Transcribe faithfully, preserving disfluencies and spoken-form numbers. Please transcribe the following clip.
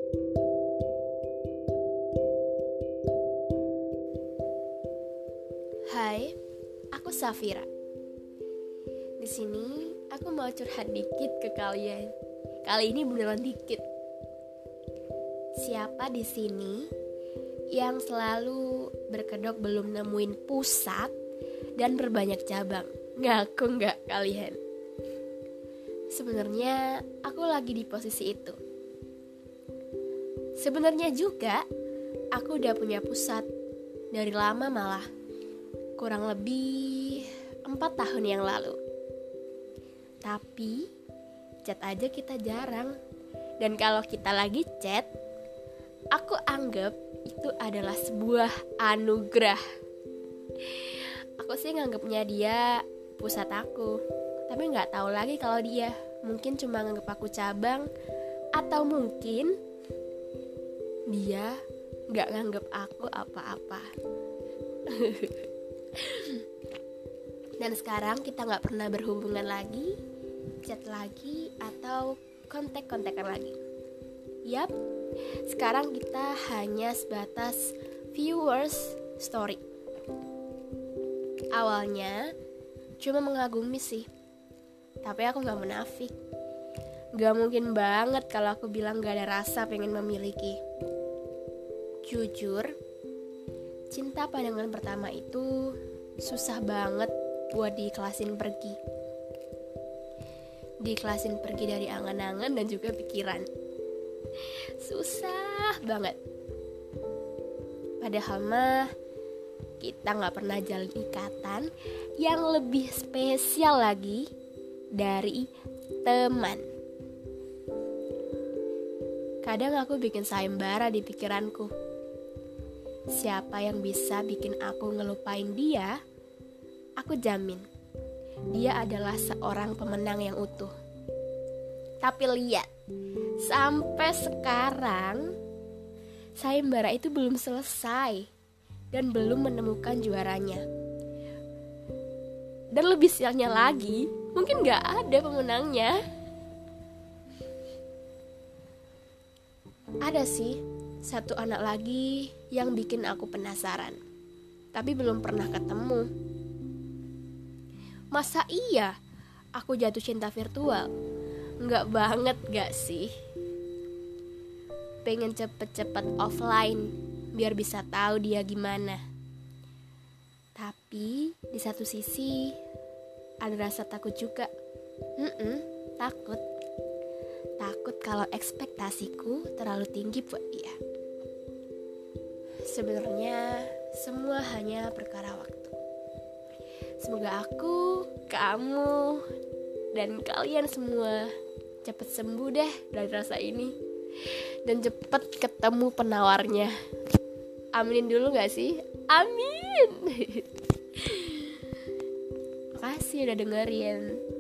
Hai, aku Safira. Di sini aku mau curhat dikit ke kalian. Kali ini beneran dikit. Siapa di sini yang selalu berkedok belum nemuin pusat dan berbanyak cabang? Ngaku nggak kalian? Sebenarnya aku lagi di posisi itu. Sebenarnya juga aku udah punya pusat dari lama malah. Kurang lebih empat tahun yang lalu. Tapi chat aja kita jarang. Dan kalau kita lagi chat, aku anggap itu adalah sebuah anugerah. Aku sih nganggapnya dia pusat aku, tapi gak tahu lagi kalau dia mungkin cuma nganggap aku cabang, atau mungkin dia gak nganggap aku apa-apa. Dan sekarang kita gak pernah berhubungan lagi, chat lagi, atau kontak-kontakan lagi. Yap, sekarang kita hanya sebatas viewers story. Awalnya cuma mengagumi sih, tapi aku gak munafik. Gak mungkin banget kalau aku bilang gak ada rasa pengen memiliki. Jujur, cinta pandangan pertama itu susah banget buat diikhlasin pergi. Diikhlasin pergi dari angan-angan dan juga pikiran. Susah banget. Padahal mah kita gak pernah jalin ikatan yang lebih spesial lagi dari teman. Kadang aku bikin sayembara di pikiranku. Siapa yang bisa bikin aku ngelupain dia, aku jamin dia adalah seorang pemenang yang utuh. Tapi lihat, sampai sekarang sayembara itu belum selesai dan belum menemukan juaranya. Dan lebih sialnya lagi, mungkin gak ada pemenangnya. Ada sih satu anak lagi yang bikin aku penasaran, tapi belum pernah ketemu. Masa iya aku jatuh cinta virtual? Enggak banget gak sih? Pengen cepet-cepet offline biar bisa tahu dia gimana. Tapi di satu sisi ada rasa takut juga. Mm-mm, takut. Takut kalau ekspektasiku terlalu tinggi buat dia. Sebenarnya semua hanya perkara waktu. Semoga aku, kamu, dan kalian semua cepet sembuh deh dari rasa ini. Dan cepet ketemu penawarnya. Aminin dulu gak sih? Amin. Makasih udah dengerin.